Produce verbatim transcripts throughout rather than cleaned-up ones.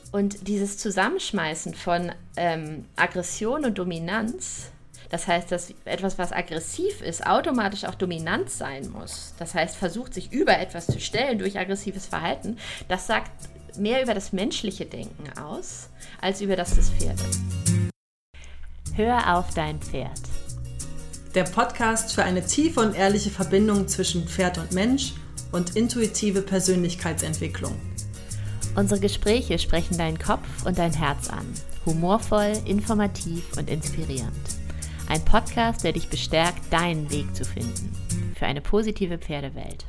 Und dieses Zusammenschmeißen von ähm, Aggression und Dominanz, das heißt, dass etwas, was aggressiv ist, automatisch auch dominant sein muss. Das heißt, versucht sich über etwas zu stellen durch aggressives Verhalten. Das sagt mehr über das menschliche Denken aus, als über das des Pferdes. Hör auf dein Pferd. Der Podcast für eine tiefe und ehrliche Verbindung zwischen Pferd und Mensch und intuitive Persönlichkeitsentwicklung. Unsere Gespräche sprechen deinen Kopf und dein Herz an. Humorvoll, informativ und inspirierend. Ein Podcast, der dich bestärkt, deinen Weg zu finden. Für eine positive Pferdewelt.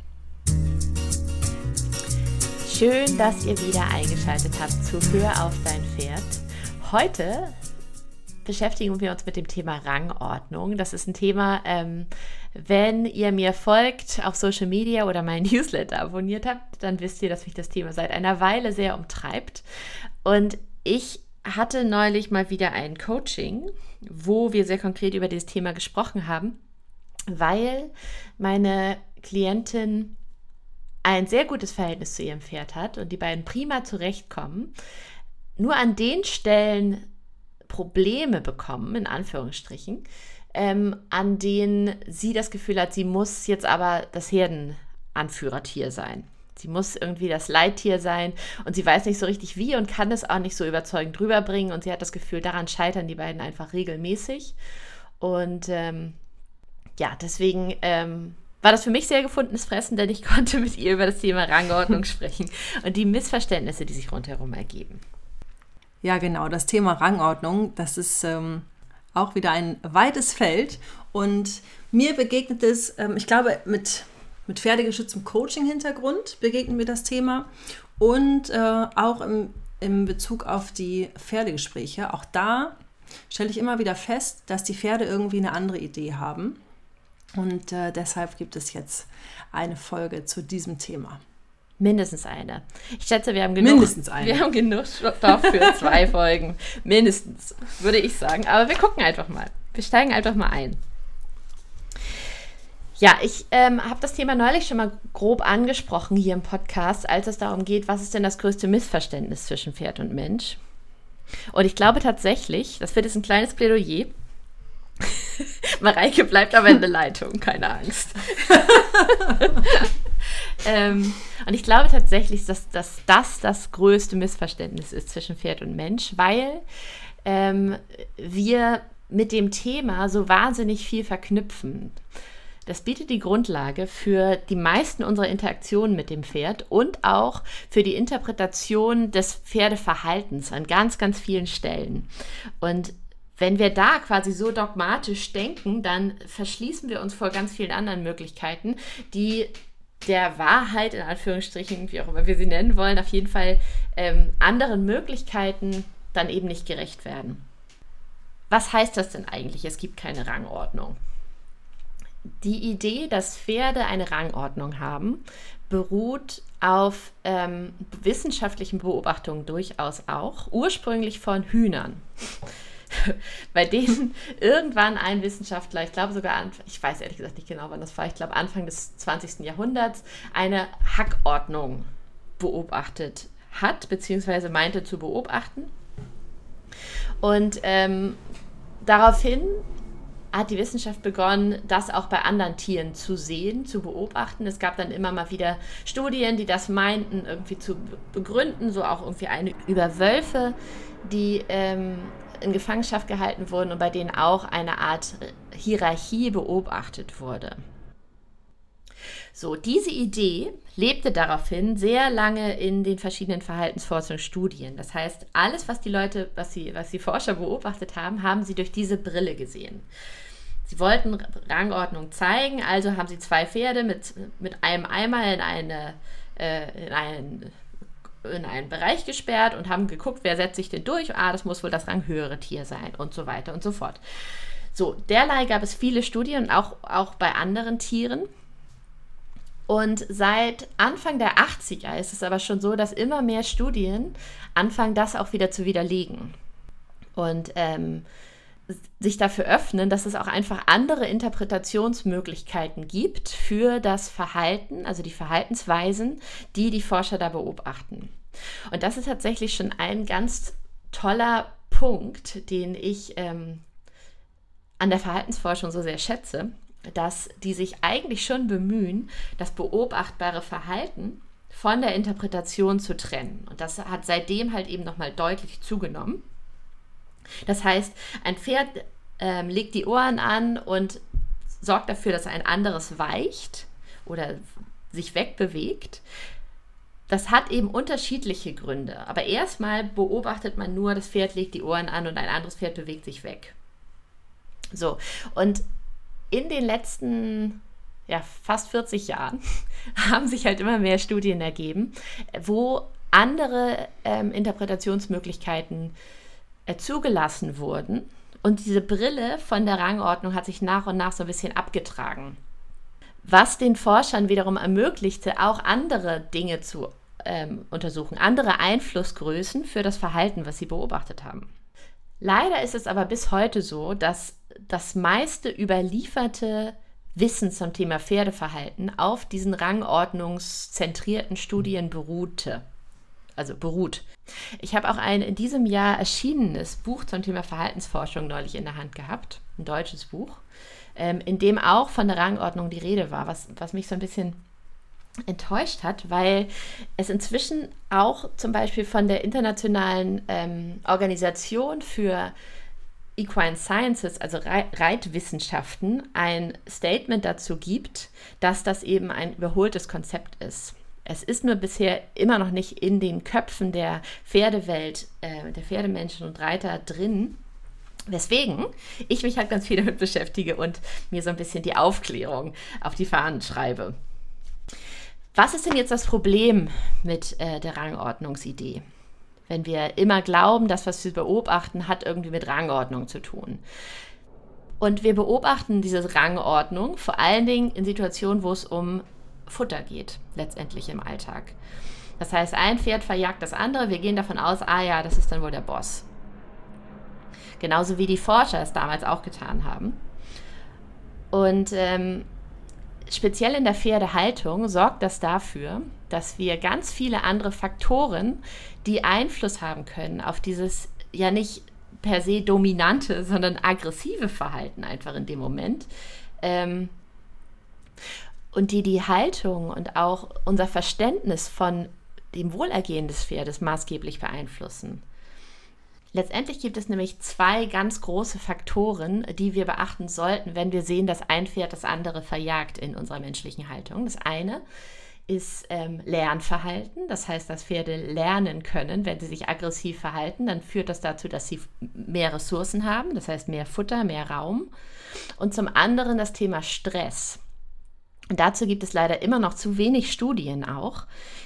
Schön, dass ihr wieder eingeschaltet habt zu Hör auf dein Pferd. Heute beschäftigen wir uns mit dem Thema Rangordnung. Das ist ein Thema, ähm, wenn ihr mir folgt auf Social Media oder meinen Newsletter abonniert habt, dann wisst ihr, dass mich das Thema seit einer Weile sehr umtreibt. Und ich hatte neulich mal wieder ein Coaching, wo wir sehr konkret über dieses Thema gesprochen haben, weil meine Klientin ein sehr gutes Verhältnis zu ihrem Pferd hat und die beiden prima zurechtkommen. Nur an den Stellen Probleme bekommen, in Anführungsstrichen, ähm, an denen sie das Gefühl hat, sie muss jetzt aber das Herdenanführertier sein. Sie muss irgendwie das Leittier sein und sie weiß nicht so richtig wie und kann es auch nicht so überzeugend rüberbringen und sie hat das Gefühl, daran scheitern die beiden einfach regelmäßig. Und ähm, ja, deswegen ähm, war das für mich sehr gefundenes Fressen, denn ich konnte mit ihr über das Thema Rangordnung sprechen und die Missverständnisse, die sich rundherum ergeben. Ja, genau, das Thema Rangordnung, das ist ähm, auch wieder ein weites Feld und mir begegnet es, ähm, ich glaube, mit, mit pferdegeschütztem Coaching-Hintergrund begegnet mir das Thema und äh, auch im, im Bezug auf die Pferdegespräche. Auch da stelle ich immer wieder fest, dass die Pferde irgendwie eine andere Idee haben und äh, deshalb gibt es jetzt eine Folge zu diesem Thema. Mindestens eine. Ich schätze, wir haben genug, Mindestens eine. Wir haben genug Stoff für zwei Folgen. Mindestens, würde ich sagen. Aber wir gucken einfach mal. Wir steigen einfach mal ein. Ja, ich ähm, habe das Thema neulich schon mal grob angesprochen hier im Podcast, als es darum geht, was ist denn das größte Missverständnis zwischen Pferd und Mensch? Und ich glaube tatsächlich, das wird jetzt ein kleines Plädoyer. Mareike bleibt aber in der Leitung, keine Angst. ähm, und ich glaube tatsächlich, dass, dass das das größte Missverständnis ist zwischen Pferd und Mensch, weil ähm, wir mit dem Thema so wahnsinnig viel verknüpfen. Das bietet die Grundlage für die meisten unserer Interaktionen mit dem Pferd und auch für die Interpretation des Pferdeverhaltens an ganz, ganz vielen Stellen. Und wenn wir da quasi so dogmatisch denken, dann verschließen wir uns vor ganz vielen anderen Möglichkeiten, die der Wahrheit, in Anführungsstrichen, wie auch immer wir sie nennen wollen, auf jeden Fall ähm, anderen Möglichkeiten dann eben nicht gerecht werden. Was heißt das denn eigentlich? Es gibt keine Rangordnung. Die Idee, dass Pferde eine Rangordnung haben, beruht auf ähm, wissenschaftlichen Beobachtungen durchaus auch, ursprünglich von Hühnern. Bei denen irgendwann ein Wissenschaftler, ich glaube sogar, ich weiß ehrlich gesagt nicht genau, wann das war, ich glaube Anfang des zwanzigsten Jahrhunderts, eine Hackordnung beobachtet hat, beziehungsweise meinte zu beobachten. Und ähm, daraufhin hat die Wissenschaft begonnen, das auch bei anderen Tieren zu sehen, zu beobachten. Es gab dann immer mal wieder Studien, die das meinten, irgendwie zu begründen, so auch irgendwie eine über Wölfe, die ähm, in Gefangenschaft gehalten wurden und bei denen auch eine Art Hierarchie beobachtet wurde. So, diese Idee lebte daraufhin sehr lange in den verschiedenen Verhaltensforschungsstudien. Das heißt, alles, was die Leute, was die, was die Forscher beobachtet haben, haben sie durch diese Brille gesehen. Sie wollten Rangordnung zeigen, also haben sie zwei Pferde mit, mit einem Eimer in, eine, äh, in einen in einen Bereich gesperrt und haben geguckt, wer setzt sich denn durch. Ah, das muss wohl das ranghöhere Tier sein und so weiter und so fort. So, derlei gab es viele Studien, auch, auch bei anderen Tieren. Und seit Anfang der achtziger ist es aber schon so, dass immer mehr Studien anfangen, das auch wieder zu widerlegen. Und ähm, sich dafür öffnen, dass es auch einfach andere Interpretationsmöglichkeiten gibt für das Verhalten, also die Verhaltensweisen, die die Forscher da beobachten. Und das ist tatsächlich schon ein ganz toller Punkt, den ich ähm, an der Verhaltensforschung so sehr schätze, dass die sich eigentlich schon bemühen, das beobachtbare Verhalten von der Interpretation zu trennen. Und das hat seitdem halt eben nochmal deutlich zugenommen. Das heißt, ein Pferd ähm, legt die Ohren an und sorgt dafür, dass ein anderes weicht oder sich wegbewegt. Das hat eben unterschiedliche Gründe. Aber erstmal beobachtet man nur, das Pferd legt die Ohren an und ein anderes Pferd bewegt sich weg. So, und in den letzten ja, fast vierzig Jahren haben sich halt immer mehr Studien ergeben, wo andere ähm, Interpretationsmöglichkeiten äh, zugelassen wurden. Und diese Brille von der Rangordnung hat sich nach und nach so ein bisschen abgetragen. Was den Forschern wiederum ermöglichte, auch andere Dinge zu ähm, untersuchen, andere Einflussgrößen für das Verhalten, was sie beobachtet haben. Leider ist es aber bis heute so, dass das meiste überlieferte Wissen zum Thema Pferdeverhalten auf diesen rangordnungszentrierten Studien beruhte. Also beruht. Ich habe auch ein in diesem Jahr erschienenes Buch zum Thema Verhaltensforschung neulich in der Hand gehabt, ein deutsches Buch, ähm, in dem auch von der Rangordnung die Rede war, was, was mich so ein bisschen enttäuscht hat, weil es inzwischen auch zum Beispiel von der internationalen ähm, Organisation für Equine Sciences, also Reitwissenschaften, ein Statement dazu gibt, dass das eben ein überholtes Konzept ist. Es ist nur bisher immer noch nicht in den Köpfen der Pferdewelt, äh, der Pferdemenschen und Reiter drin, weswegen ich mich halt ganz viel damit beschäftige und mir so ein bisschen die Aufklärung auf die Fahnen schreibe. Was ist denn jetzt das Problem mit äh, der Rangordnungsidee? Wenn wir immer glauben, das, was wir beobachten, hat irgendwie mit Rangordnung zu tun. Und wir beobachten diese Rangordnung vor allen Dingen in Situationen, wo es um Futter geht, letztendlich im Alltag. Das heißt, ein Pferd verjagt das andere, wir gehen davon aus, ah ja, das ist dann wohl der Boss. Genauso wie die Forscher es damals auch getan haben. Und ähm, speziell in der Pferdehaltung sorgt das dafür, dass wir ganz viele andere Faktoren, die Einfluss haben können auf dieses ja nicht per se dominante, sondern aggressive Verhalten einfach in dem Moment, ähm, und die die Haltung und auch unser Verständnis von dem Wohlergehen des Pferdes maßgeblich beeinflussen. Letztendlich gibt es nämlich zwei ganz große Faktoren, die wir beachten sollten, wenn wir sehen, dass ein Pferd das andere verjagt in unserer menschlichen Haltung. Das eine ist ähm, Lernverhalten, das heißt, dass Pferde lernen können, wenn sie sich aggressiv verhalten, dann führt das dazu, dass sie mehr Ressourcen haben, das heißt mehr Futter, mehr Raum. Und zum anderen das Thema Stress. Und dazu gibt es leider immer noch zu wenig Studien auch.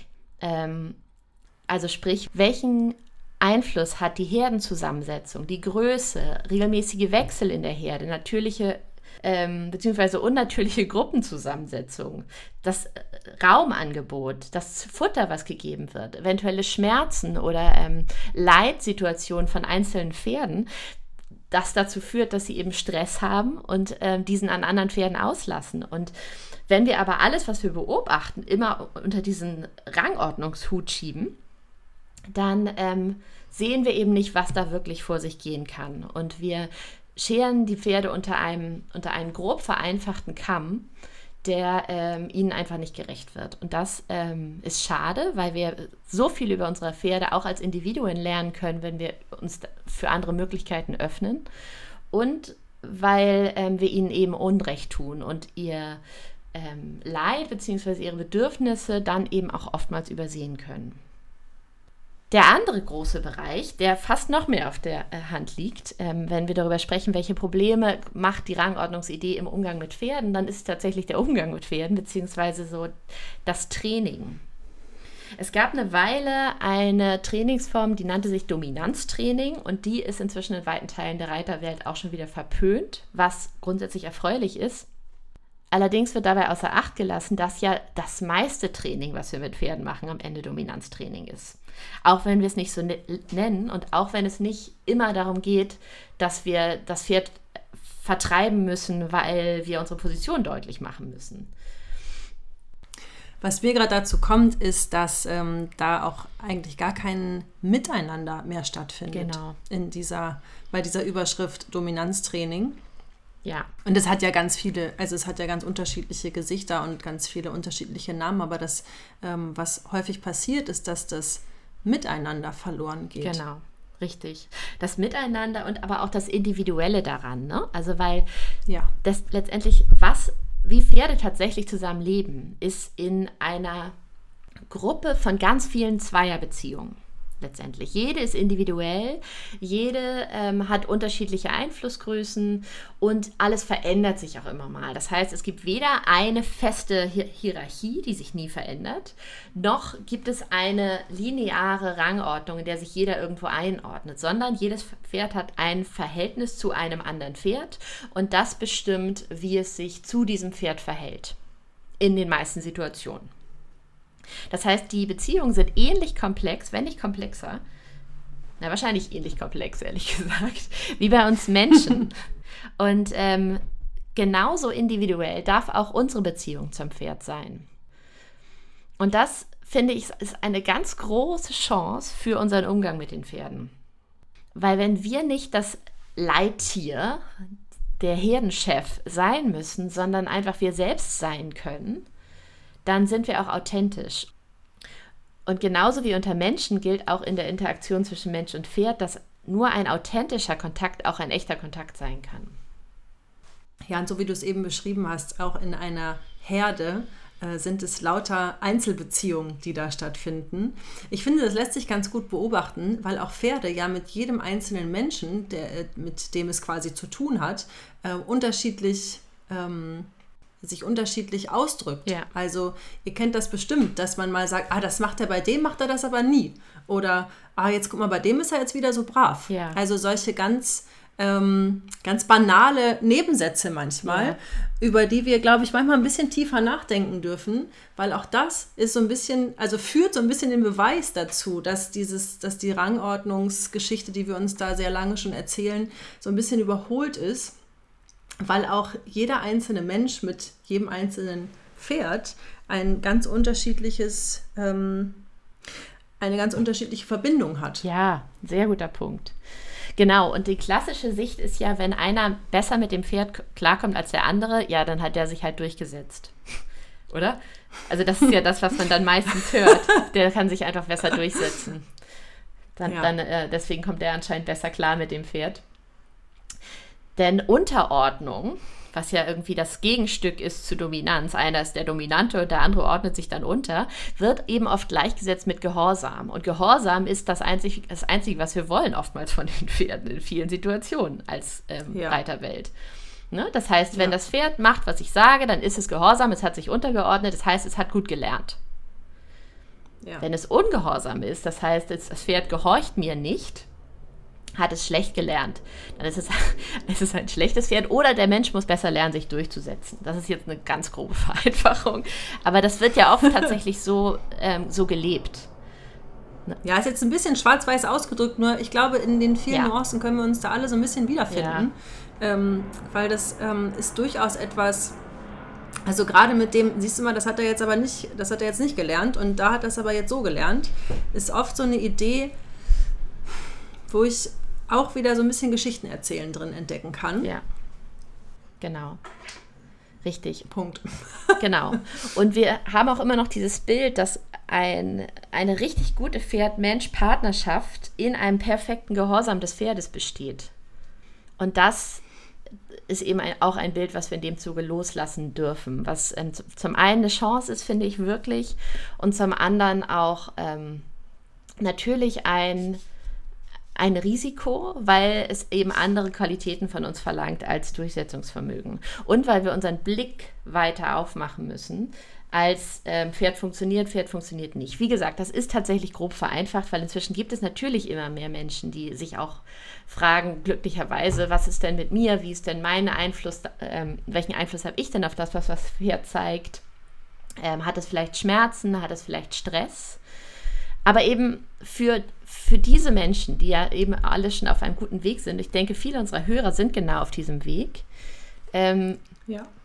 Ähm, also sprich, welchen Einfluss hat die Herdenzusammensetzung, die Größe, regelmäßige Wechsel in der Herde, natürliche ähm, bzw. unnatürliche Gruppenzusammensetzung, das Raumangebot, das Futter, was gegeben wird, eventuelle Schmerzen oder ähm, Leitsituationen von einzelnen Pferden, das dazu führt, dass sie eben Stress haben und ähm, diesen an anderen Pferden auslassen. Und wenn wir aber alles, was wir beobachten, immer unter diesen Rangordnungshut schieben, dann ähm, sehen wir eben nicht, was da wirklich vor sich gehen kann. Und wir scheren die Pferde unter einem, unter einen grob vereinfachten Kamm, der ähm, ihnen einfach nicht gerecht wird. Und das ähm, ist schade, weil wir so viel über unsere Pferde auch als Individuen lernen können, wenn wir uns für andere Möglichkeiten öffnen. Und weil ähm, wir ihnen eben Unrecht tun und ihr ähm, Leid bzw. ihre Bedürfnisse dann eben auch oftmals übersehen können. Der andere große Bereich, der fast noch mehr auf der Hand liegt, ähm, wenn wir darüber sprechen, welche Probleme macht die Rangordnungsidee im Umgang mit Pferden, dann ist es tatsächlich der Umgang mit Pferden, beziehungsweise so das Training. Es gab eine Weile eine Trainingsform, die nannte sich Dominanztraining und die ist inzwischen in weiten Teilen der Reiterwelt auch schon wieder verpönt, was grundsätzlich erfreulich ist. Allerdings wird dabei außer Acht gelassen, dass ja das meiste Training, was wir mit Pferden machen, am Ende Dominanztraining ist. Auch wenn wir es nicht so ne- nennen und auch wenn es nicht immer darum geht, dass wir das Pferd vertreiben müssen, weil wir unsere Position deutlich machen müssen. Was mir gerade dazu kommt, ist, dass ähm, da auch eigentlich gar kein Miteinander mehr stattfindet. Genau. In dieser, bei dieser Überschrift Dominanztraining. Ja. Und es hat ja ganz viele, also es hat ja ganz unterschiedliche Gesichter und ganz viele unterschiedliche Namen, aber das, ähm, was häufig passiert, ist, dass das Miteinander verloren geht. Genau, richtig. Das Miteinander und aber auch das Individuelle daran, ne? Also weil ja. das letztendlich, was, wie Pferde tatsächlich zusammen leben, ist in einer Gruppe von ganz vielen Zweierbeziehungen. Letztendlich. Jede ist individuell, jede ähm, hat unterschiedliche Einflussgrößen und alles verändert sich auch immer mal. Das heißt, es gibt weder eine feste Hi- Hierarchie, die sich nie verändert, noch gibt es eine lineare Rangordnung, in der sich jeder irgendwo einordnet, sondern jedes Pferd hat ein Verhältnis zu einem anderen Pferd und das bestimmt, wie es sich zu diesem Pferd verhält. In den meisten Situationen. Das heißt, die Beziehungen sind ähnlich komplex, wenn nicht komplexer, na wahrscheinlich ähnlich komplex, ehrlich gesagt, wie bei uns Menschen. Und ähm, genauso individuell darf auch unsere Beziehung zum Pferd sein. Und das, finde ich, ist eine ganz große Chance für unseren Umgang mit den Pferden. Weil wenn wir nicht das Leittier, der Herdenchef sein müssen, sondern einfach wir selbst sein können, dann sind wir auch authentisch. Und genauso wie unter Menschen gilt auch in der Interaktion zwischen Mensch und Pferd, dass nur ein authentischer Kontakt auch ein echter Kontakt sein kann. Ja, und so wie du es eben beschrieben hast, auch in einer Herde äh, sind es lauter Einzelbeziehungen, die da stattfinden. Ich finde, das lässt sich ganz gut beobachten, weil auch Pferde ja mit jedem einzelnen Menschen, der, mit dem es quasi zu tun hat, äh, unterschiedlich ähm, sich unterschiedlich ausdrückt. Ja. Also ihr kennt das bestimmt, dass man mal sagt, ah, das macht er bei dem, macht er das aber nie. Oder, ah, jetzt guck mal, bei dem ist er jetzt wieder so brav. Ja. Also solche ganz, ähm, ganz banale Nebensätze manchmal, Ja. über die wir, glaube ich, manchmal ein bisschen tiefer nachdenken dürfen, weil auch das ist so ein bisschen, also führt so ein bisschen den Beweis dazu, dass dieses, dass die Rangordnungsgeschichte, die wir uns da sehr lange schon erzählen, so ein bisschen überholt ist. Weil auch jeder einzelne Mensch mit jedem einzelnen Pferd ein ganz unterschiedliches, ähm, eine ganz unterschiedliche Verbindung hat. Ja, sehr guter Punkt. Genau, und die klassische Sicht ist ja, wenn einer besser mit dem Pferd klarkommt als der andere, ja, dann hat der sich halt durchgesetzt. Oder? Also das ist ja das, was man dann meistens hört. Der kann sich einfach besser durchsetzen. Dann, Ja. dann, äh, deswegen kommt er anscheinend besser klar mit dem Pferd. Denn Unterordnung, was ja irgendwie das Gegenstück ist zu Dominanz, einer ist der Dominante und der andere ordnet sich dann unter, wird eben oft gleichgesetzt mit Gehorsam. Und Gehorsam ist das Einzige, das Einzige was wir wollen oftmals von den Pferden in vielen Situationen als ähm, Ja. Reiterwelt. Ne? Das heißt, wenn Ja. das Pferd macht, was ich sage, dann ist es Gehorsam, es hat sich untergeordnet, das heißt, es hat gut gelernt. Ja. Wenn es ungehorsam ist, das heißt, es, das Pferd gehorcht mir nicht, hat es schlecht gelernt. Dann ist es, es ist ein schlechtes Pferd oder der Mensch muss besser lernen, sich durchzusetzen. Das ist jetzt eine ganz grobe Vereinfachung. Aber das wird ja oft tatsächlich so, ähm, so gelebt. Ja, ist jetzt ein bisschen schwarz-weiß ausgedrückt, nur ich glaube, in den vielen Ja. Nuancen können wir uns da alle so ein bisschen wiederfinden. Ähm, weil das ähm, ist durchaus etwas, also gerade mit dem, siehst du mal, das hat er jetzt aber nicht, das hat er jetzt nicht gelernt und da hat er es aber jetzt so gelernt, ist oft so eine Idee, wo ich auch wieder so ein bisschen Geschichten erzählen drin entdecken kann. Ja, genau. Richtig. Punkt. Genau. Und wir haben auch immer noch dieses Bild, dass ein, eine richtig gute Pferd-Mensch-Partnerschaft in einem perfekten Gehorsam des Pferdes besteht. Und das ist eben ein, auch ein Bild, was wir in dem Zuge loslassen dürfen. Was ähm, zum einen eine Chance ist, finde ich wirklich, und zum anderen auch ähm, natürlich ein ein Risiko, weil es eben andere Qualitäten von uns verlangt als Durchsetzungsvermögen. Und weil wir unseren Blick weiter aufmachen müssen, als ähm, Pferd funktioniert, Pferd funktioniert nicht. Wie gesagt, das ist tatsächlich grob vereinfacht, weil inzwischen gibt es natürlich immer mehr Menschen, die sich auch fragen, glücklicherweise, was ist denn mit mir, wie ist denn mein Einfluss, ähm, welchen Einfluss habe ich denn auf das, was das Pferd zeigt? Ähm, hat es vielleicht Schmerzen, hat es vielleicht Stress? Aber eben für, für diese Menschen, die ja eben alle schon auf einem guten Weg sind, ich denke, viele unserer Hörer sind genau auf diesem Weg, ähm, Ja.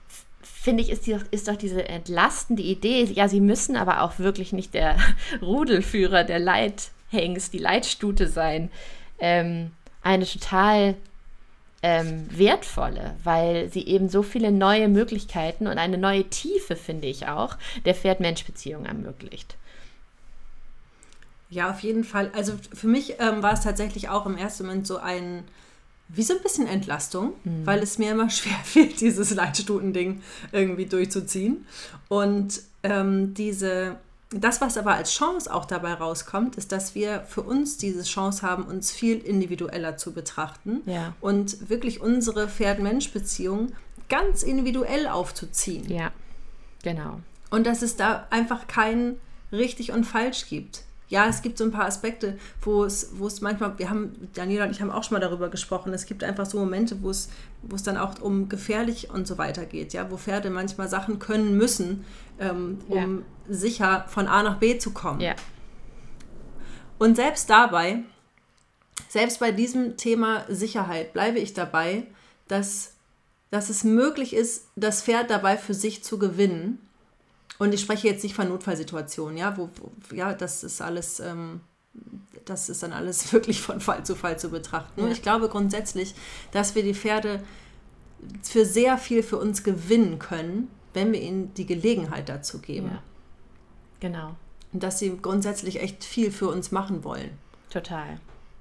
finde ich, ist, die, ist doch diese entlastende Idee, ja, sie müssen aber auch wirklich nicht der Rudelführer, der Leithengst, die Leitstute sein, ähm, eine total ähm, wertvolle, weil sie eben so viele neue Möglichkeiten und eine neue Tiefe, finde ich auch, der Pferd-Mensch-Beziehung ermöglicht. Ja, auf jeden Fall. Also für mich ähm, war es tatsächlich auch im ersten Moment so ein, wie so ein bisschen Entlastung, mhm. weil es mir immer schwer fehlt, dieses Leitstuten-Ding irgendwie durchzuziehen. Und ähm, diese, das, was aber als Chance auch dabei rauskommt, ist, dass wir für uns diese Chance haben, uns viel individueller zu betrachten ja. und wirklich unsere Pferd-Mensch-Beziehung ganz individuell aufzuziehen. Ja, genau. Und dass es da einfach kein richtig und falsch gibt. Ja, es gibt so ein paar Aspekte, wo es, wo es manchmal, wir haben, Daniela und ich haben auch schon mal darüber gesprochen, es gibt einfach so Momente, wo es, wo es dann auch um gefährlich und so weiter geht, ja, wo Pferde manchmal Sachen können müssen, ähm, um ja. sicher von A nach B zu kommen. Ja. Und selbst dabei, selbst bei diesem Thema Sicherheit, bleibe ich dabei, dass, dass es möglich ist, das Pferd dabei für sich zu gewinnen. Und ich spreche jetzt nicht von Notfallsituationen, ja, wo, wo ja, das ist alles, ähm, das ist dann alles wirklich von Fall zu Fall zu betrachten. Nur ja. ich glaube grundsätzlich, dass wir die Pferde für sehr viel für uns gewinnen können, wenn wir ihnen die Gelegenheit dazu geben. Ja. Genau. Und dass sie grundsätzlich echt viel für uns machen wollen. Total.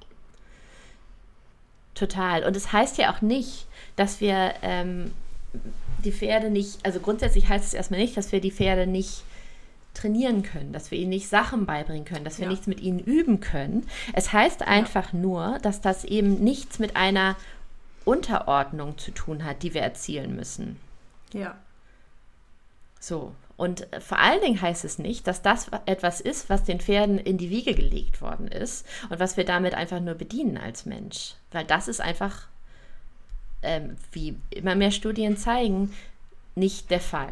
Total. Und es heißt ja auch nicht, dass wir ähm, die Pferde nicht, also grundsätzlich heißt es erstmal nicht, dass wir die Pferde nicht trainieren können, dass wir ihnen nicht Sachen beibringen können, dass wir ja. nichts mit ihnen üben können. Es heißt einfach ja. nur, dass das eben nichts mit einer Unterordnung zu tun hat, die wir erzielen müssen. Ja. So. Und vor allen Dingen heißt es nicht, dass das etwas ist, was den Pferden in die Wiege gelegt worden ist und was wir damit einfach nur bedienen als Mensch. Weil das ist einfach, ähm, wie immer mehr Studien zeigen, nicht der Fall.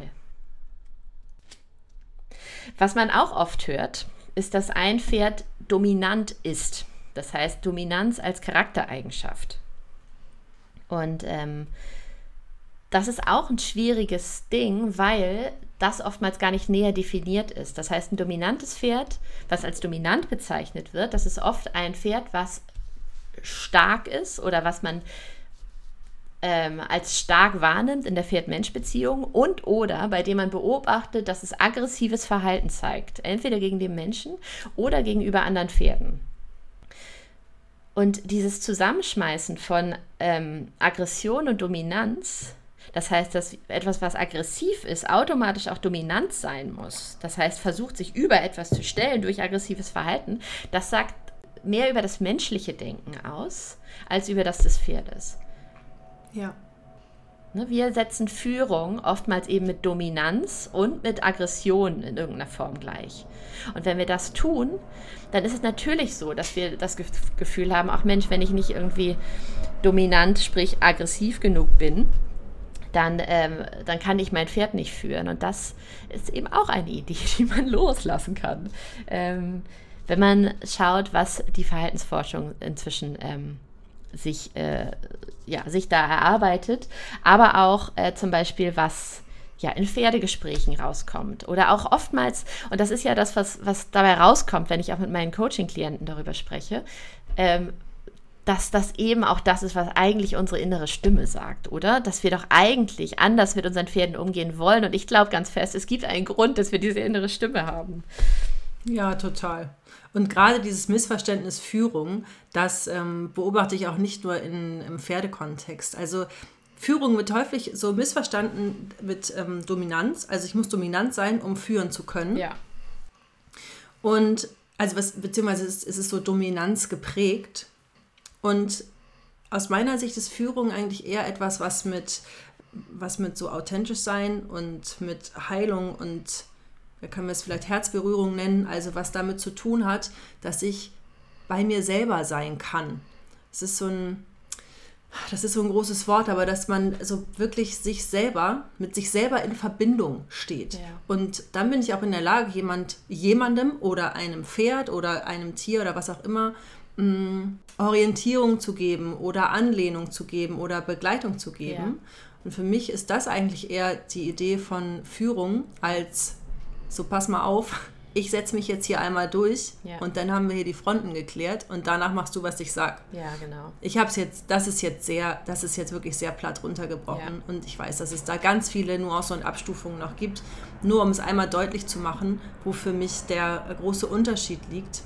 Was man auch oft hört, ist, dass ein Pferd dominant ist. Das heißt, Dominanz als Charaktereigenschaft. Und ähm, das ist auch ein schwieriges Ding, weil das oftmals gar nicht näher definiert ist. Das heißt, ein dominantes Pferd, was als dominant bezeichnet wird, das ist oft ein Pferd, was stark ist oder was man ähm, als stark wahrnimmt in der Pferd-Mensch-Beziehung und oder bei dem man beobachtet, dass es aggressives Verhalten zeigt, entweder gegen den Menschen oder gegenüber anderen Pferden. Und dieses Zusammenschmeißen von ähm, Aggression und Dominanz, das heißt, dass etwas, was aggressiv ist, automatisch auch dominant sein muss. Das heißt, versucht sich über etwas zu stellen durch aggressives Verhalten. Das sagt mehr über das menschliche Denken aus, als über das des Pferdes. Ja. Ne, wir setzen Führung oftmals eben mit Dominanz und mit Aggression in irgendeiner Form gleich. Und wenn wir das tun, dann ist es natürlich so, dass wir das Gefühl haben, ach Mensch, wenn ich nicht irgendwie dominant, sprich aggressiv genug bin, Dann, ähm, dann kann ich mein Pferd nicht führen. Und das ist eben auch eine Idee, die man loslassen kann. Ähm, wenn man schaut, was die Verhaltensforschung inzwischen ähm, sich, äh, ja, sich da erarbeitet, aber auch äh, zum Beispiel, was ja, in Pferdegesprächen rauskommt. Oder auch oftmals, und das ist ja das, was, was dabei rauskommt, wenn ich auch mit meinen Coaching-Klienten darüber spreche, ähm, dass das eben auch das ist, was eigentlich unsere innere Stimme sagt, oder? Dass wir doch eigentlich anders mit unseren Pferden umgehen wollen. Und ich glaube ganz fest, es gibt einen Grund, dass wir diese innere Stimme haben. Ja, total. Und gerade dieses Missverständnis Führung, das ähm, beobachte ich auch nicht nur in, im Pferdekontext. Also Führung wird häufig so missverstanden mit ähm, Dominanz. Also ich muss dominant sein, um führen zu können. Ja. Und also was, beziehungsweise ist, ist es so Dominanz geprägt. Und aus meiner Sicht ist Führung eigentlich eher etwas, was mit, was mit so authentisch sein und mit Heilung und, da können wir es vielleicht Herzberührung nennen, also was damit zu tun hat, dass ich bei mir selber sein kann. Das ist so ein, das ist so ein großes Wort, aber dass man so wirklich sich selber, mit sich selber in Verbindung steht. Ja. Und dann bin ich auch in der Lage, jemand, jemandem oder einem Pferd oder einem Tier oder was auch immer, Orientierung zu geben oder Anlehnung zu geben oder Begleitung zu geben. Und für mich ist das eigentlich eher die Idee von Führung als, so pass mal auf, ich setze mich jetzt hier einmal durch ja. und dann haben wir hier die Fronten geklärt und danach machst du, was ich sag. Ja, genau. Ich habe es jetzt, das ist jetzt sehr, das ist jetzt wirklich sehr platt runtergebrochen ja. und ich weiß, dass es da ganz viele Nuancen und Abstufungen noch gibt, nur um es einmal deutlich zu machen, wo für mich der große Unterschied liegt.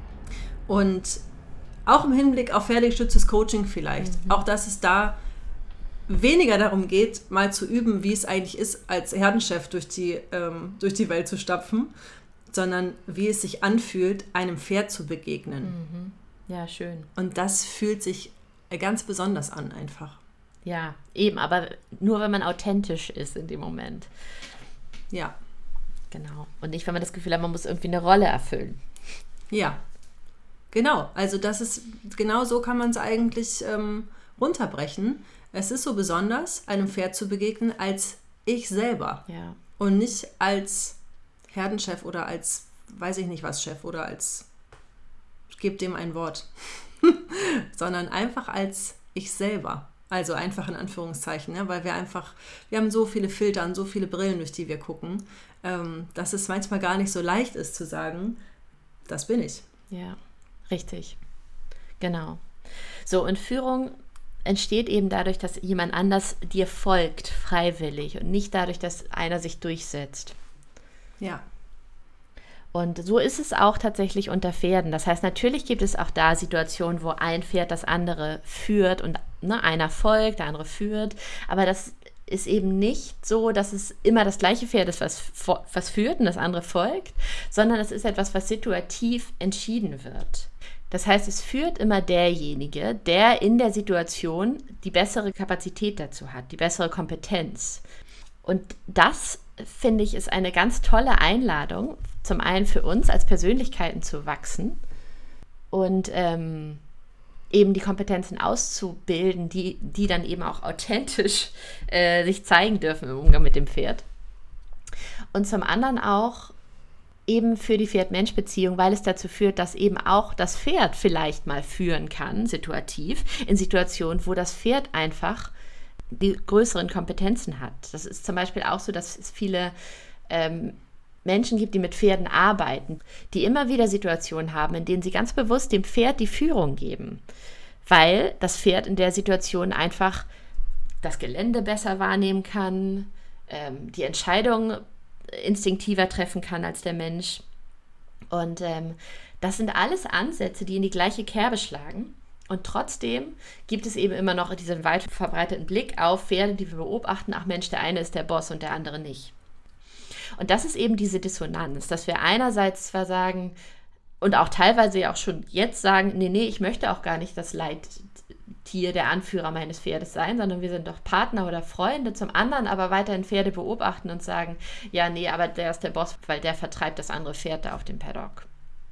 Und auch im Hinblick auf pferdegestütztes Coaching vielleicht, mhm. auch dass es da weniger darum geht, mal zu üben, wie es eigentlich ist, als Herdenchef durch die, ähm, durch die Welt zu stapfen, sondern wie es sich anfühlt, einem Pferd zu begegnen. Mhm. Ja, schön. Und das fühlt sich ganz besonders an einfach. Ja, eben, aber nur wenn man authentisch ist in dem Moment. Ja. Genau. Und nicht, wenn man das Gefühl hat, man muss irgendwie eine Rolle erfüllen. Ja, genau. Also das ist, genau so kann man es eigentlich ähm, runterbrechen. Es ist so besonders, einem Pferd zu begegnen als ich selber. Ja. Und nicht als Herdenchef oder als, weiß ich nicht was, Chef oder als, ich gebe dem ein Wort, sondern einfach als ich selber. Also einfach in Anführungszeichen, ne? Weil wir einfach, wir haben so viele Filter und so viele Brillen, durch die wir gucken, ähm, dass es manchmal gar nicht so leicht ist zu sagen, das bin ich. Ja, richtig. Genau. So, und Führung entsteht eben dadurch, dass jemand anders dir folgt, freiwillig und nicht dadurch, dass einer sich durchsetzt. Ja. Und so ist es auch tatsächlich unter Pferden. Das heißt, natürlich gibt es auch da Situationen, wo ein Pferd das andere führt und ne, einer folgt, der andere führt. Aber das ist eben nicht so, dass es immer das gleiche Pferd ist, was, was führt und das andere folgt, sondern es ist etwas, was situativ entschieden wird. Das heißt, es führt immer derjenige, der in der Situation die bessere Kapazität dazu hat, die bessere Kompetenz. Und das, finde ich, ist eine ganz tolle Einladung, zum einen für uns als Persönlichkeiten zu wachsen und ähm, eben die Kompetenzen auszubilden, die, die dann eben auch authentisch äh, sich zeigen dürfen im Umgang mit dem Pferd. Und zum anderen auch eben für die Pferd-Mensch-Beziehung, weil es dazu führt, dass eben auch das Pferd vielleicht mal führen kann, situativ, in Situationen, wo das Pferd einfach die größeren Kompetenzen hat. Das ist zum Beispiel auch so, dass es viele ähm, Menschen gibt, die mit Pferden arbeiten, die immer wieder Situationen haben, in denen sie ganz bewusst dem Pferd die Führung geben, weil das Pferd in der Situation einfach das Gelände besser wahrnehmen kann, ähm, die Entscheidung instinktiver treffen kann als der Mensch. Und ähm, das sind alles Ansätze, die in die gleiche Kerbe schlagen. Und trotzdem gibt es eben immer noch diesen weit verbreiteten Blick auf Pferde, die wir beobachten, ach Mensch, der eine ist der Boss und der andere nicht. Und das ist eben diese Dissonanz, dass wir einerseits zwar sagen und auch teilweise ja auch schon jetzt sagen, nee, nee, ich möchte auch gar nicht das Leittier, der Anführer meines Pferdes sein, sondern wir sind doch Partner oder Freunde, zum anderen aber weiterhin Pferde beobachten und sagen, ja, nee, aber der ist der Boss, weil der vertreibt das andere Pferd da auf dem Paddock.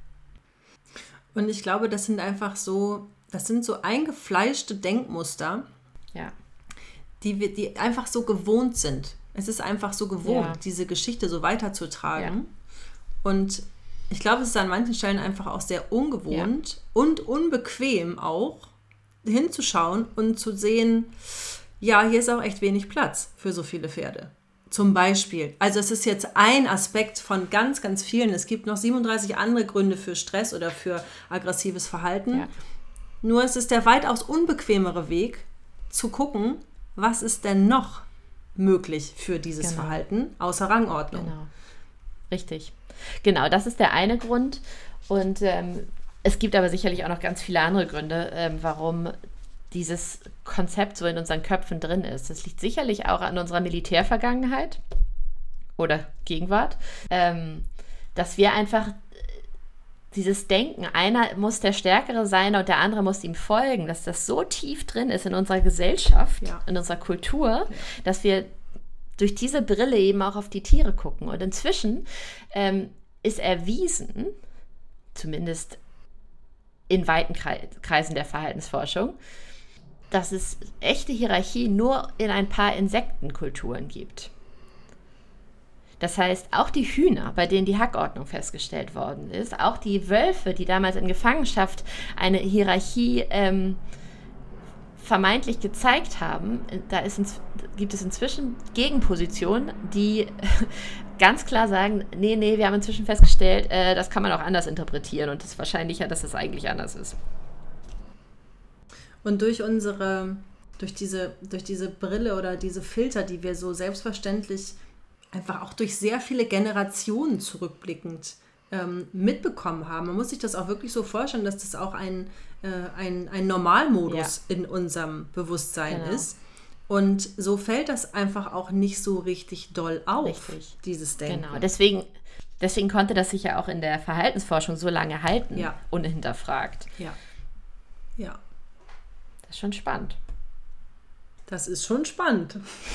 Und ich glaube, das sind einfach so, das sind so eingefleischte Denkmuster, ja. die, wir, die einfach so gewohnt sind. Es ist einfach so gewohnt, ja. diese Geschichte so weiterzutragen. Ja. Und ich glaube, es ist an manchen Stellen einfach auch sehr ungewohnt ja. und unbequem auch, hinzuschauen und zu sehen, ja, hier ist auch echt wenig Platz für so viele Pferde. Zum Beispiel. Also es ist jetzt ein Aspekt von ganz, ganz vielen. Es gibt noch siebenunddreißig andere Gründe für Stress oder für aggressives Verhalten. Ja. Nur es ist der weitaus unbequemere Weg, zu gucken, was ist denn noch möglich für dieses genau. Verhalten außer Rangordnung. Genau, richtig. Genau, das ist der eine Grund. Und ähm, es gibt aber sicherlich auch noch ganz viele andere Gründe, ähm, warum dieses Konzept so in unseren Köpfen drin ist. Das liegt sicherlich auch an unserer Militärvergangenheit oder Gegenwart, ähm, dass wir einfach dieses Denken, einer muss der Stärkere sein und der andere muss ihm folgen, dass das so tief drin ist in unserer Gesellschaft, ja. in unserer Kultur, ja. dass wir durch diese Brille eben auch auf die Tiere gucken. Und inzwischen ähm, ist erwiesen, zumindest in weiten Kreisen der Verhaltensforschung, dass es echte Hierarchie nur in ein paar Insektenkulturen gibt. Das heißt, auch die Hühner, bei denen die Hackordnung festgestellt worden ist, auch die Wölfe, die damals in Gefangenschaft eine Hierarchie ähm, vermeintlich gezeigt haben, da ist ins, gibt es inzwischen Gegenpositionen, die ganz klar sagen, nee, nee, wir haben inzwischen festgestellt, äh, das kann man auch anders interpretieren und es ist wahrscheinlicher, dass es eigentlich anders ist. Und durch unsere, durch diese, durch diese Brille oder diese Filter, die wir so selbstverständlich einfach auch durch sehr viele Generationen zurückblickend ähm, mitbekommen haben. Man muss sich das auch wirklich so vorstellen, dass das auch ein, äh, ein, ein Normalmodus ja. in unserem Bewusstsein genau. ist. Und so fällt das einfach auch nicht so richtig doll auf, richtig. Dieses Denken. Genau, deswegen, deswegen konnte das sich ja auch in der Verhaltensforschung so lange halten, ja. unhinterfragt. Ja, ja. Das ist schon spannend. Das ist schon spannend.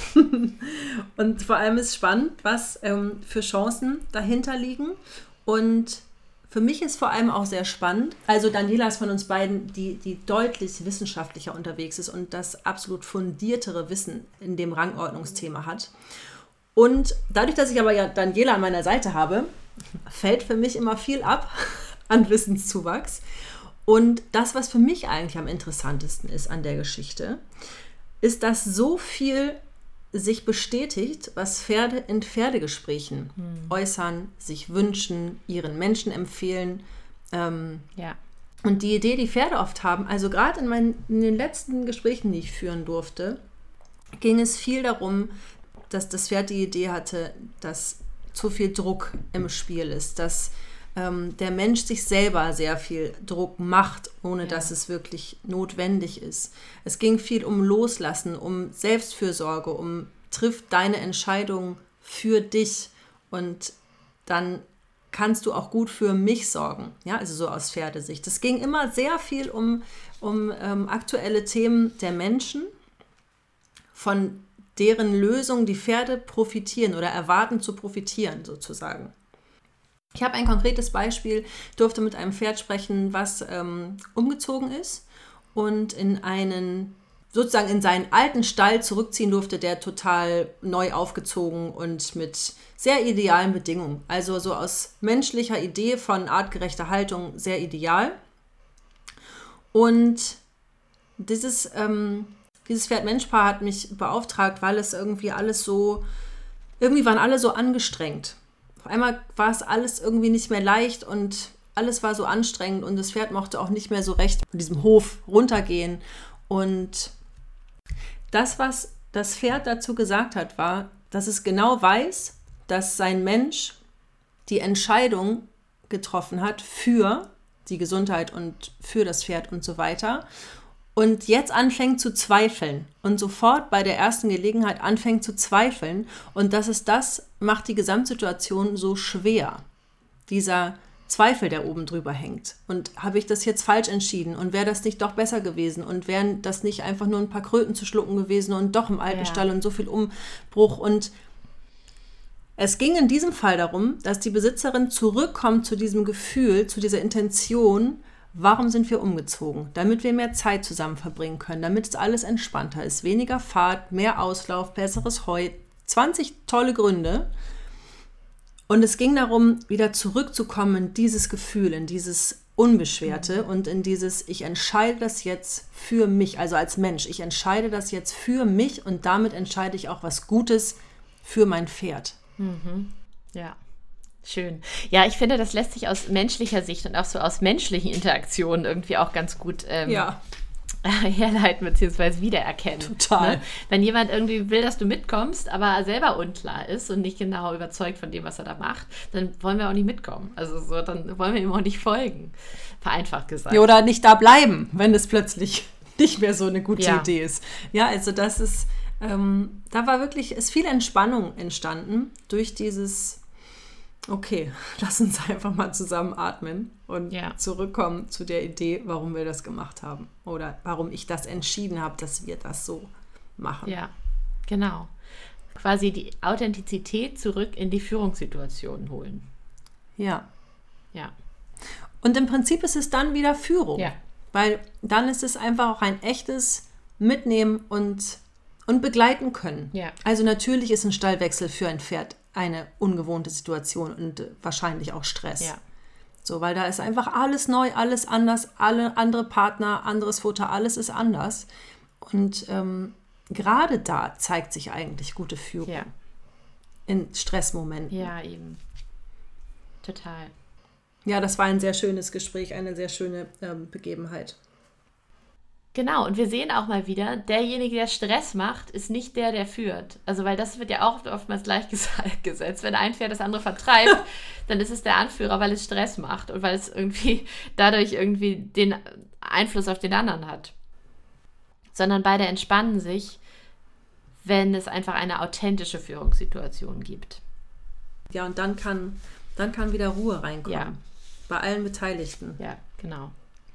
Und vor allem ist spannend, was ähm, für Chancen dahinter liegen. Und für mich ist vor allem auch sehr spannend, also Daniela ist von uns beiden, die, die deutlich wissenschaftlicher unterwegs ist und das absolut fundiertere Wissen in dem Rangordnungsthema hat. Und dadurch, dass ich aber ja Daniela an meiner Seite habe, fällt für mich immer viel ab an Wissenszuwachs. Und das, was für mich eigentlich am interessantesten ist an der Geschichte, ist, dass so viel sich bestätigt, was Pferde in Pferdegesprächen hm. äußern, sich wünschen, ihren Menschen empfehlen. Ähm, ja. Und die Idee, die Pferde oft haben, also gerade in, meinen, in den letzten Gesprächen, die ich führen durfte, ging es viel darum, dass das Pferd die Idee hatte, dass zu viel Druck im Spiel ist, dass ähm, der Mensch sich selber sehr viel Druck macht, ohne ja. dass es wirklich notwendig ist. Es ging viel um Loslassen, um Selbstfürsorge, um triff deine Entscheidung für dich und dann kannst du auch gut für mich sorgen, ja, also so aus Pferdesicht. Es ging immer sehr viel um, um ähm, aktuelle Themen der Menschen, von deren Lösung die Pferde profitieren oder erwarten zu profitieren, sozusagen. Ich habe ein konkretes Beispiel, durfte mit einem Pferd sprechen, was ähm, umgezogen ist und in einen, sozusagen in seinen alten Stall zurückziehen durfte, der total neu aufgezogen und mit sehr idealen Bedingungen. Also so aus menschlicher Idee von artgerechter Haltung sehr ideal. Und dieses, ähm, dieses Pferd-Mensch-Paar hat mich beauftragt, weil es irgendwie alles so, irgendwie waren alle so angestrengt. Auf einmal war es alles irgendwie nicht mehr leicht und alles war so anstrengend und das Pferd mochte auch nicht mehr so recht von diesem Hof runtergehen. Und das, was das Pferd dazu gesagt hat, war, dass es genau weiß, dass sein Mensch die Entscheidung getroffen hat für die Gesundheit und für das Pferd und so weiter und jetzt anfängt zu zweifeln und sofort bei der ersten Gelegenheit anfängt zu zweifeln und das ist das, macht die Gesamtsituation so schwer, dieser Zweifel, der oben drüber hängt. Und habe ich das jetzt falsch entschieden und wäre das nicht doch besser gewesen und wären das nicht einfach nur ein paar Kröten zu schlucken gewesen und doch im alten ja. Stall und so viel Umbruch. Und es ging in diesem Fall darum, dass die Besitzerin zurückkommt zu diesem Gefühl, zu dieser Intention, warum sind wir umgezogen? Damit wir mehr Zeit zusammen verbringen können, damit es alles entspannter ist, weniger Fahrt, mehr Auslauf, besseres Heu, zwanzig tolle Gründe. Und es ging darum, wieder zurückzukommen in dieses Gefühl, in dieses Unbeschwerte mhm. und in dieses, ich entscheide das jetzt für mich, also als Mensch, ich entscheide das jetzt für mich und damit entscheide ich auch was Gutes für mein Pferd. Mhm. Ja, schön. Ja, ich finde, das lässt sich aus menschlicher Sicht und auch so aus menschlichen Interaktionen irgendwie auch ganz gut ähm, ja. herleiten bzw. wiedererkennen. Total. Ne? Wenn jemand irgendwie will, dass du mitkommst, aber selber unklar ist und nicht genau überzeugt von dem, was er da macht, dann wollen wir auch nicht mitkommen. Also so, dann wollen wir ihm auch nicht folgen. Vereinfacht gesagt. Ja, oder nicht da bleiben, wenn es plötzlich nicht mehr so eine gute ja. Idee ist. Ja, also das ist, ähm, da war wirklich, ist viel Entspannung entstanden durch dieses, okay, lass uns einfach mal zusammen atmen und ja. zurückkommen zu der Idee, warum wir das gemacht haben oder warum ich das entschieden habe, dass wir das so machen. Ja, genau. Quasi die Authentizität zurück in die Führungssituation holen. Ja. Ja. Und im Prinzip ist es dann wieder Führung, ja. weil dann ist es einfach auch ein echtes Mitnehmen und, und begleiten können. Ja. Also natürlich ist ein Stallwechsel für ein Pferd eine ungewohnte Situation und wahrscheinlich auch Stress. Ja. So, weil da ist einfach alles neu, alles anders, alle andere Partner, anderes Futter, alles ist anders. Und ähm, gerade da zeigt sich eigentlich gute Führung. Ja. In Stressmomenten. Ja, eben. Total. Ja, das war ein sehr schönes Gespräch, eine sehr schöne ähm, Begebenheit. Genau, und wir sehen auch mal wieder, derjenige, der Stress macht, ist nicht der, der führt. Also, weil das wird ja auch oftmals gleichgesetzt. Wenn ein Pferd das andere vertreibt, dann ist es der Anführer, weil es Stress macht und weil es irgendwie dadurch irgendwie den Einfluss auf den anderen hat. Sondern beide entspannen sich, wenn es einfach eine authentische Führungssituation gibt. Ja, und dann kann, dann kann wieder Ruhe reinkommen. Ja. Bei allen Beteiligten. Ja, genau.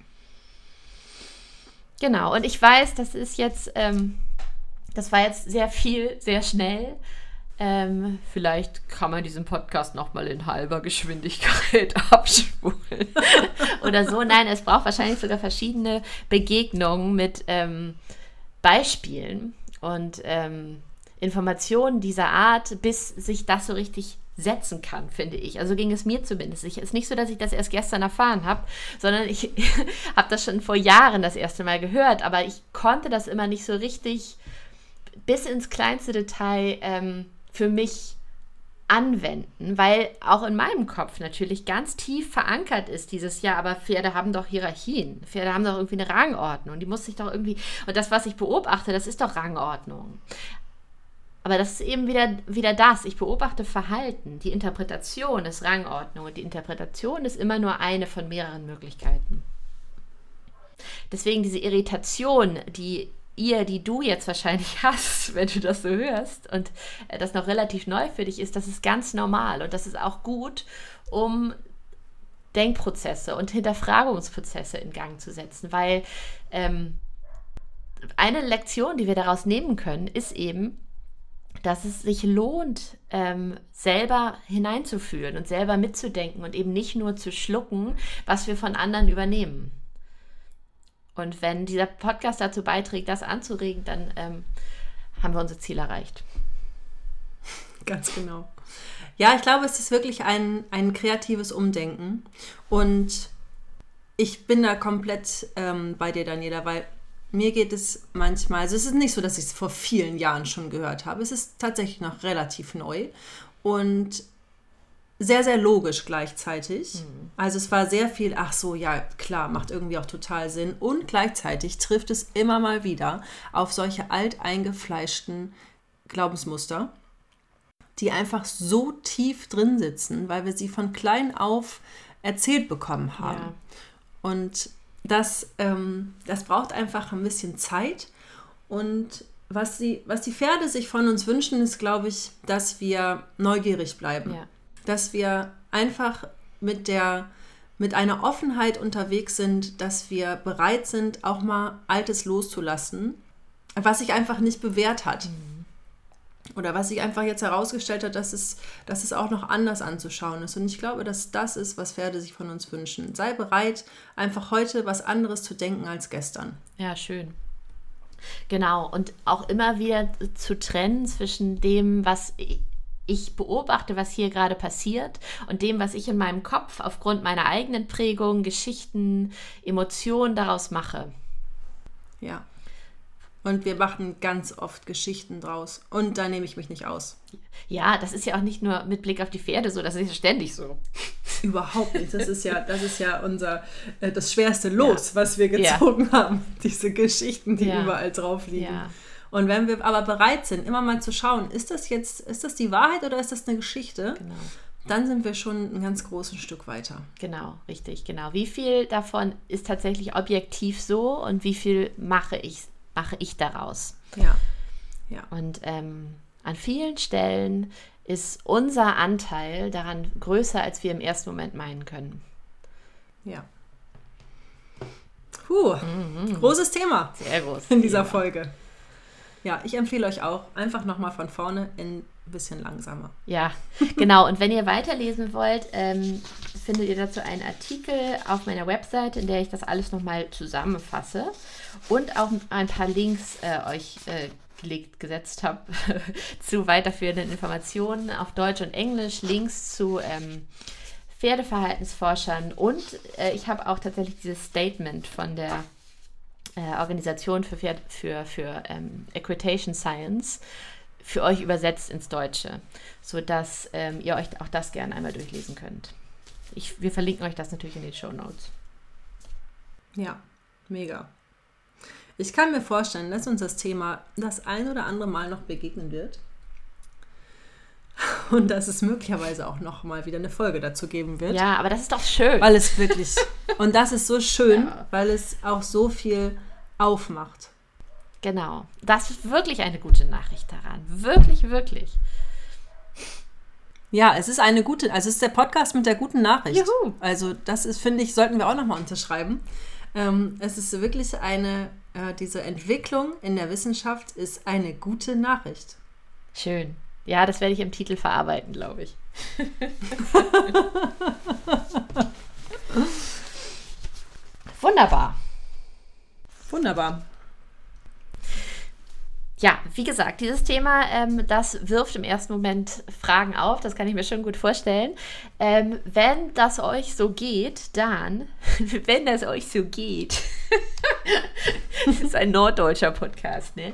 Genau, und ich weiß, das ist jetzt, ähm, das war jetzt sehr viel, sehr schnell. Ähm, vielleicht kann man diesen Podcast nochmal in halber Geschwindigkeit abspulen oder so. Nein, es braucht wahrscheinlich sogar verschiedene Begegnungen mit ähm, Beispielen und ähm, Informationen dieser Art, bis sich das so richtig setzen kann, finde ich. Also ging es mir zumindest. Es ist nicht so, dass ich das erst gestern erfahren habe, sondern ich habe das schon vor Jahren das erste Mal gehört, aber ich konnte das immer nicht so richtig bis ins kleinste Detail ähm, für mich anwenden, weil auch in meinem Kopf natürlich ganz tief verankert ist dieses Jahr, aber Pferde haben doch Hierarchien. Pferde haben doch irgendwie eine Rangordnung. Die muss sich doch irgendwie, und das, was ich beobachte, das ist doch Rangordnung. Aber das ist eben wieder, wieder das. Ich beobachte Verhalten. Die Interpretation ist Rangordnung und die Interpretation ist immer nur eine von mehreren Möglichkeiten. Deswegen diese Irritation, die ihr, die du jetzt wahrscheinlich hast, wenn du das so hörst und das noch relativ neu für dich ist, das ist ganz normal und das ist auch gut, um Denkprozesse und Hinterfragungsprozesse in Gang zu setzen, weil ähm, eine Lektion, die wir daraus nehmen können, ist eben, dass es sich lohnt, ähm, selber hineinzufühlen und selber mitzudenken und eben nicht nur zu schlucken, was wir von anderen übernehmen. Und wenn dieser Podcast dazu beiträgt, das anzuregen, dann ähm, haben wir unser Ziel erreicht. Ganz genau. Ja, ich glaube, es ist wirklich ein, ein kreatives Umdenken. Und ich bin da komplett ähm, bei dir, Daniela, weil mir geht es manchmal, also es ist nicht so, dass ich es vor vielen Jahren schon gehört habe. Es ist tatsächlich noch relativ neu und sehr, sehr logisch gleichzeitig. Mhm. Also es war sehr viel, ach so, ja, klar, macht irgendwie auch total Sinn. Und gleichzeitig trifft es immer mal wieder auf solche alteingefleischten Glaubensmuster, die einfach so tief drin sitzen, weil wir sie von klein auf erzählt bekommen haben. Ja. Und das, ähm, das braucht einfach ein bisschen Zeit. Und was die, was die Pferde sich von uns wünschen, ist, glaube ich, dass wir neugierig bleiben. Ja. Dass wir einfach mit der, mit einer Offenheit unterwegs sind, dass wir bereit sind, auch mal Altes loszulassen, was sich einfach nicht bewährt hat. Mhm. Oder was sich einfach jetzt herausgestellt hat, dass es, dass es auch noch anders anzuschauen ist. Und ich glaube, dass das ist, was Pferde sich von uns wünschen. Sei bereit, einfach heute was anderes zu denken als gestern. Ja, schön. Genau. Und auch immer wieder zu trennen zwischen dem, was ich beobachte, was hier gerade passiert und dem, was ich in meinem Kopf aufgrund meiner eigenen Prägung, Geschichten, Emotionen daraus mache. Ja. Und wir machen ganz oft Geschichten draus. Und da nehme ich mich nicht aus. Ja, das ist ja auch nicht nur mit Blick auf die Pferde so, das ist ja ständig so. Überhaupt nicht. Das ist ja, das ist ja unser, äh, das schwerste Los, ja. was wir gezogen ja. haben. Diese Geschichten, die ja. überall drauf liegen. Ja. Und wenn wir aber bereit sind, immer mal zu schauen, ist das jetzt, ist das die Wahrheit oder ist das eine Geschichte? Genau. Dann sind wir schon ein ganz großes Stück weiter. Genau, richtig, genau. Wie viel davon ist tatsächlich objektiv so und wie viel mache ich mache ich daraus. Ja. ja. Und ähm, an vielen Stellen ist unser Anteil daran größer, als wir im ersten Moment meinen können. Ja. Puh, mhm. großes Thema. Sehr groß. In dieser Thema. Folge. Ja, ich empfehle euch auch, einfach nochmal von vorne in ein bisschen langsamer. Ja, genau. Und wenn ihr weiterlesen wollt, ähm, findet ihr dazu einen Artikel auf meiner Webseite, in der ich das alles nochmal zusammenfasse und auch ein paar Links äh, euch äh, gelegt, gesetzt habe zu weiterführenden Informationen auf Deutsch und Englisch, Links zu ähm, Pferdeverhaltensforschern und äh, ich habe auch tatsächlich dieses Statement von der äh, Organisation für, Pferd, für, für ähm, Equitation Science für euch übersetzt ins Deutsche, sodass ähm, ihr euch auch das gerne einmal durchlesen könnt. Ich, wir verlinken euch das natürlich in den Shownotes. Ja, mega. Ich kann mir vorstellen, dass uns das Thema das ein oder andere Mal noch begegnen wird und dass es möglicherweise auch noch mal wieder eine Folge dazu geben wird. Ja, aber das ist doch schön. Weil es wirklich, und das ist so schön, ja. weil es auch so viel aufmacht. Genau, das ist wirklich eine gute Nachricht daran. Wirklich, wirklich. Ja, es ist eine gute, also es ist der Podcast mit der guten Nachricht. Juhu. Also das ist, finde ich, sollten wir auch nochmal unterschreiben. Ähm, es ist wirklich eine, äh, diese Entwicklung in der Wissenschaft ist eine gute Nachricht. Schön. Ja, das werde ich im Titel verarbeiten, glaube ich. Wunderbar. Wunderbar. Ja, wie gesagt, dieses Thema, ähm, das wirft im ersten Moment Fragen auf, das kann ich mir schon gut vorstellen. Ähm, wenn das euch so geht, dann, wenn das euch so geht, das ist ein norddeutscher Podcast, ne?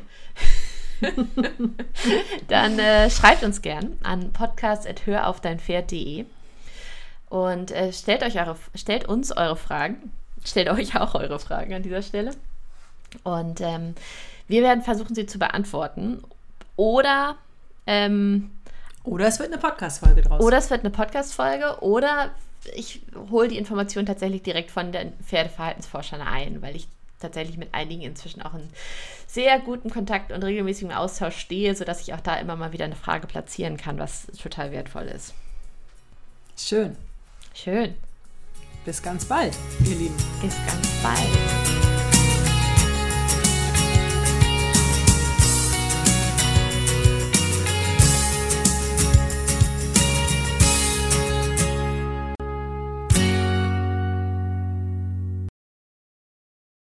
Dann äh, schreibt uns gern an podcast at höraufdeinpferd punkt de und äh, stellt, euch eure, stellt uns eure Fragen, stellt euch auch eure Fragen an dieser Stelle und ähm, wir werden versuchen, sie zu beantworten. Oder ähm, Oder es wird eine Podcast-Folge draus. Oder es wird eine Podcast-Folge. Oder ich hole die Information tatsächlich direkt von den Pferdeverhaltensforschern ein, weil ich tatsächlich mit einigen inzwischen auch in sehr guten Kontakt und regelmäßigem Austausch stehe, sodass ich auch da immer mal wieder eine Frage platzieren kann, was total wertvoll ist. Schön. Schön. Bis ganz bald, ihr Lieben. Bis ganz bald.